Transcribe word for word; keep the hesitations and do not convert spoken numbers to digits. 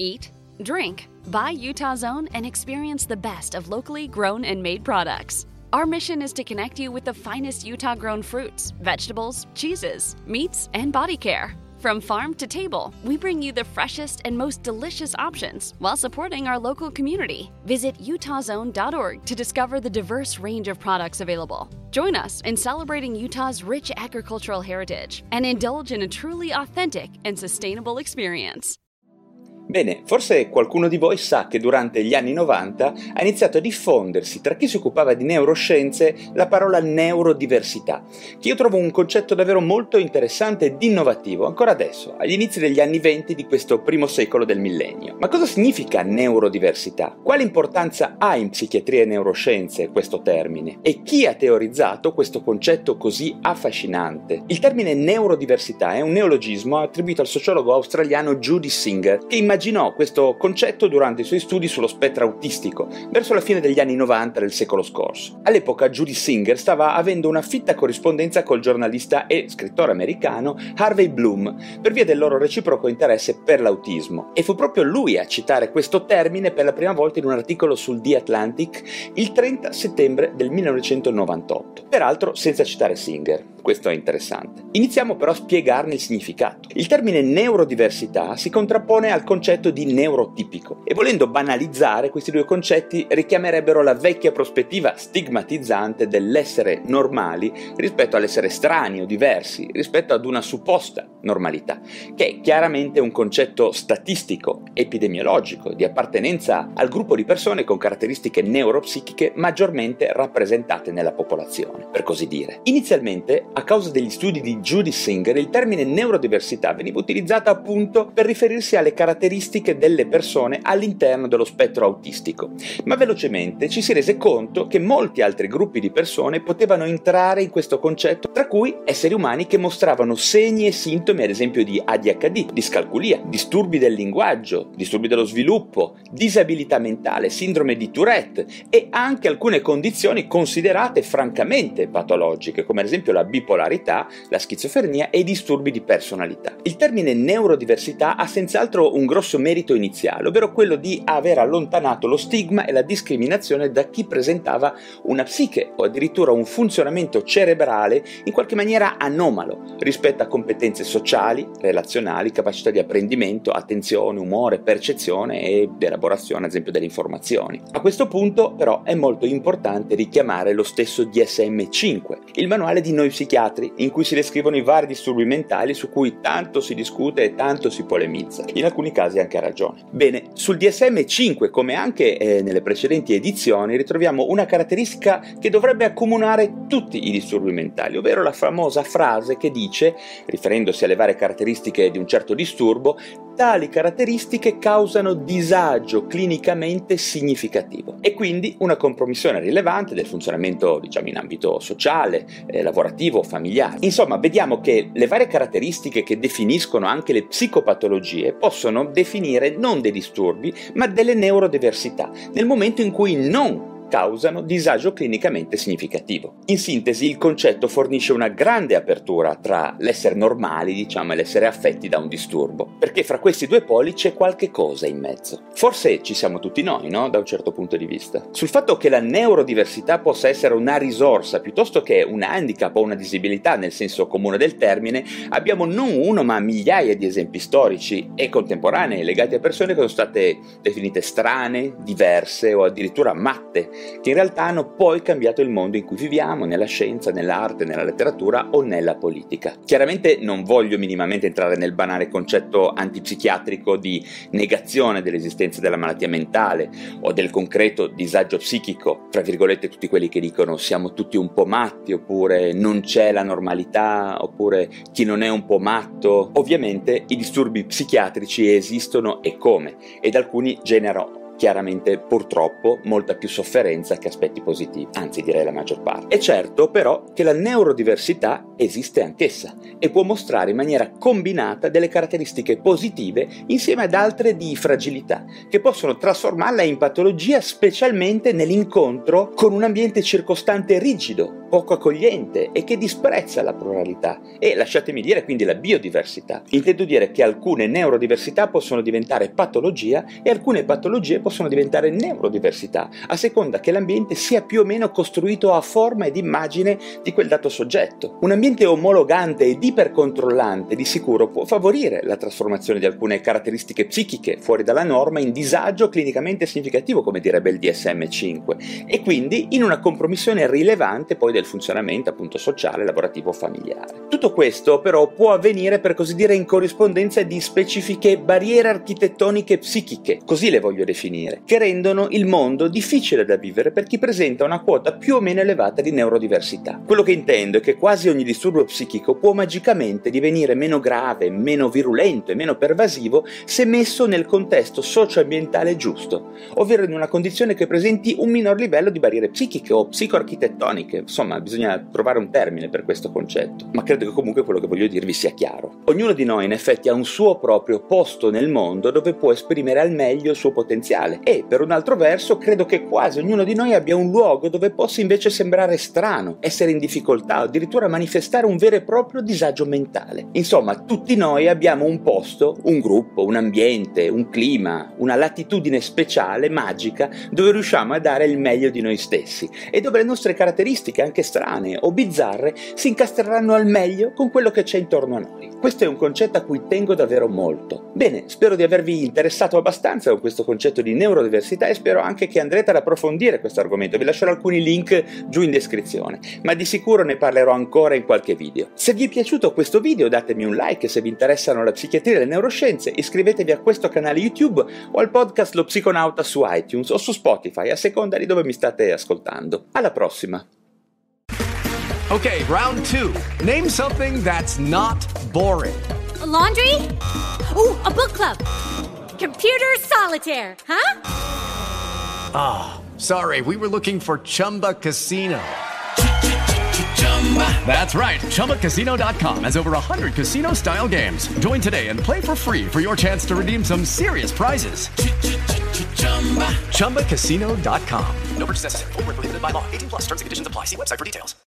eat, drink, buy Utah's Own, and experience the best of locally grown and made products. Our mission is to connect you with the finest Utah-grown fruits, vegetables, cheeses, meats, and body care. From farm to table, we bring you the freshest and most delicious options while supporting our local community. Visit utah zone dot org to discover the diverse range of products available. Join us in celebrating Utah's rich agricultural heritage and indulge in a truly authentic and sustainable experience. Bene, forse qualcuno di voi sa che durante gli anni novanta ha iniziato a diffondersi tra chi si occupava di neuroscienze la parola neurodiversità, che io trovo un concetto davvero molto interessante ed innovativo ancora adesso, agli inizi degli anni venti di questo primo secolo del millennio. Ma cosa significa neurodiversità? Quale importanza ha in psichiatria e neuroscienze questo termine? E chi ha teorizzato questo concetto così affascinante? Il termine neurodiversità è un neologismo attribuito al sociologo australiano Judy Singer, che immaginò questo concetto durante i suoi studi sullo spettro autistico, verso la fine degli anni novanta del secolo scorso. All'epoca Judy Singer stava avendo una fitta corrispondenza col giornalista e scrittore americano Harvey Bloom, per via del loro reciproco interesse per l'autismo, e fu proprio lui a citare questo termine per la prima volta in un articolo sul The Atlantic il trenta settembre del millenovecentonovantotto, peraltro senza citare Singer. Questo è interessante. Iniziamo però a spiegarne il significato. Il termine neurodiversità si contrappone al concetto di neurotipico e, volendo banalizzare, questi due concetti richiamerebbero la vecchia prospettiva stigmatizzante dell'essere normali rispetto all'essere strani o diversi, rispetto ad una supposta normalità, che è chiaramente un concetto statistico, epidemiologico, di appartenenza al gruppo di persone con caratteristiche neuropsichiche maggiormente rappresentate nella popolazione, per così dire. Inizialmente, a causa degli studi di Judy Singer, il termine neurodiversità veniva utilizzato appunto per riferirsi alle caratteristiche delle persone all'interno dello spettro autistico, ma velocemente ci si rese conto che molti altri gruppi di persone potevano entrare in questo concetto, tra cui esseri umani che mostravano segni e sintomi ad esempio di A D H D, discalculia, disturbi del linguaggio, disturbi dello sviluppo, disabilità mentale, sindrome di Tourette e anche alcune condizioni considerate francamente patologiche, come ad esempio la bipolarità, la schizofrenia e i disturbi di personalità. Il termine neurodiversità ha senz'altro un grosso merito iniziale, ovvero quello di aver allontanato lo stigma e la discriminazione da chi presentava una psiche o addirittura un funzionamento cerebrale in qualche maniera anomalo rispetto a competenze sociali, relazionali, capacità di apprendimento, attenzione, umore, percezione ed elaborazione, ad esempio, delle informazioni. A questo punto però è molto importante richiamare lo stesso D S M cinque, il manuale di noi psichiatri, in cui si descrivono i vari disturbi mentali su cui tanto si discute e tanto si polemizza, in alcuni casi anche a ragione. Bene, sul D S M cinque, come anche eh, nelle precedenti edizioni, ritroviamo una caratteristica che dovrebbe accomunare tutti i disturbi mentali, ovvero la famosa frase che dice, riferendosi alle varie caratteristiche di un certo disturbo, tali caratteristiche causano disagio clinicamente significativo, e quindi una compromissione rilevante del funzionamento, diciamo, in ambito sociale, eh, lavorativo, familiare. Insomma, vediamo che le varie caratteristiche che definiscono anche le psicopatologie possono definire non dei disturbi, ma delle neurodiversità, nel momento in cui non causano disagio clinicamente significativo. In sintesi, il concetto fornisce una grande apertura tra l'essere normali, diciamo, e l'essere affetti da un disturbo, perché fra questi due poli c'è qualche cosa in mezzo. Forse ci siamo tutti noi, no? Da un certo punto di vista. Sul fatto che la neurodiversità possa essere una risorsa piuttosto che un handicap o una disabilità nel senso comune del termine, abbiamo non uno ma migliaia di esempi storici e contemporanei legati a persone che sono state definite strane, diverse o addirittura matte, che in realtà hanno poi cambiato il mondo in cui viviamo, nella scienza, nell'arte, nella letteratura o nella politica. Chiaramente non voglio minimamente entrare nel banale concetto antipsichiatrico di negazione dell'esistenza della malattia mentale o del concreto disagio psichico, tra virgolette tutti quelli che dicono siamo tutti un po' matti, oppure non c'è la normalità, oppure chi non è un po' matto. Ovviamente i disturbi psichiatrici esistono e come, ed alcuni generano chiaramente purtroppo molta più sofferenza che aspetti positivi, anzi direi la maggior parte. È certo però che la neurodiversità esiste anch'essa e può mostrare in maniera combinata delle caratteristiche positive insieme ad altre di fragilità, che possono trasformarla in patologia, specialmente nell'incontro con un ambiente circostante rigido, poco accogliente e che disprezza la pluralità e, lasciatemi dire, quindi la biodiversità. Intendo dire che alcune neurodiversità possono diventare patologia e alcune patologie possono diventare neurodiversità, a seconda che l'ambiente sia più o meno costruito a forma ed immagine di quel dato soggetto. Un ambiente omologante ed ipercontrollante di sicuro può favorire la trasformazione di alcune caratteristiche psichiche fuori dalla norma in disagio clinicamente significativo, come direbbe il D S M cinque, e quindi in una compromissione rilevante poi del funzionamento appunto sociale, lavorativo, familiare. Tutto questo però può avvenire, per così dire, in corrispondenza di specifiche barriere architettoniche psichiche, così le voglio definire, che rendono il mondo difficile da vivere per chi presenta una quota più o meno elevata di neurodiversità. Quello che intendo è che quasi ogni disturbo psichico può magicamente divenire meno grave, meno virulento e meno pervasivo se messo nel contesto socio-ambientale giusto, ovvero in una condizione che presenti un minor livello di barriere psichiche o psicoarchitettoniche. Insomma, bisogna trovare un termine per questo concetto, ma credo che comunque quello che voglio dirvi sia chiaro. Ognuno di noi in effetti ha un suo proprio posto nel mondo dove può esprimere al meglio il suo potenziale e, per un altro verso, credo che quasi ognuno di noi abbia un luogo dove possa invece sembrare strano, essere in difficoltà o addirittura manifestare un vero e proprio disagio mentale. Insomma, tutti noi abbiamo un posto, un gruppo, un ambiente, un clima, una latitudine speciale, magica, dove riusciamo a dare il meglio di noi stessi e dove le nostre caratteristiche, anche strane o bizzarre, si incastreranno al meglio con quello che c'è intorno a noi. Questo è un concetto a cui tengo davvero molto. Bene, spero di avervi interessato abbastanza con questo concetto di neurodiversità e spero anche che andrete ad approfondire questo argomento. Vi lascerò alcuni link giù in descrizione, ma di sicuro ne parlerò ancora in qualche video. Se vi è piaciuto questo video datemi un like, se vi interessano la psichiatria e le neuroscienze iscrivetevi a questo canale YouTube o al podcast Lo Psiconauta su iTunes o su Spotify, a seconda di dove mi state ascoltando. Alla prossima! Okay, round two. Name something that's not boring. A laundry? Ooh, a book club. Computer solitaire, huh? Ah, oh, sorry, we were looking for Chumba Casino. That's right, Chumba Casino dot com has over one hundred casino-style games. Join today and play for free for your chance to redeem some serious prizes. Chumba Casino dot com. No purchase necessary. Void where prohibited by law. eighteen plus terms and conditions apply. See website for details.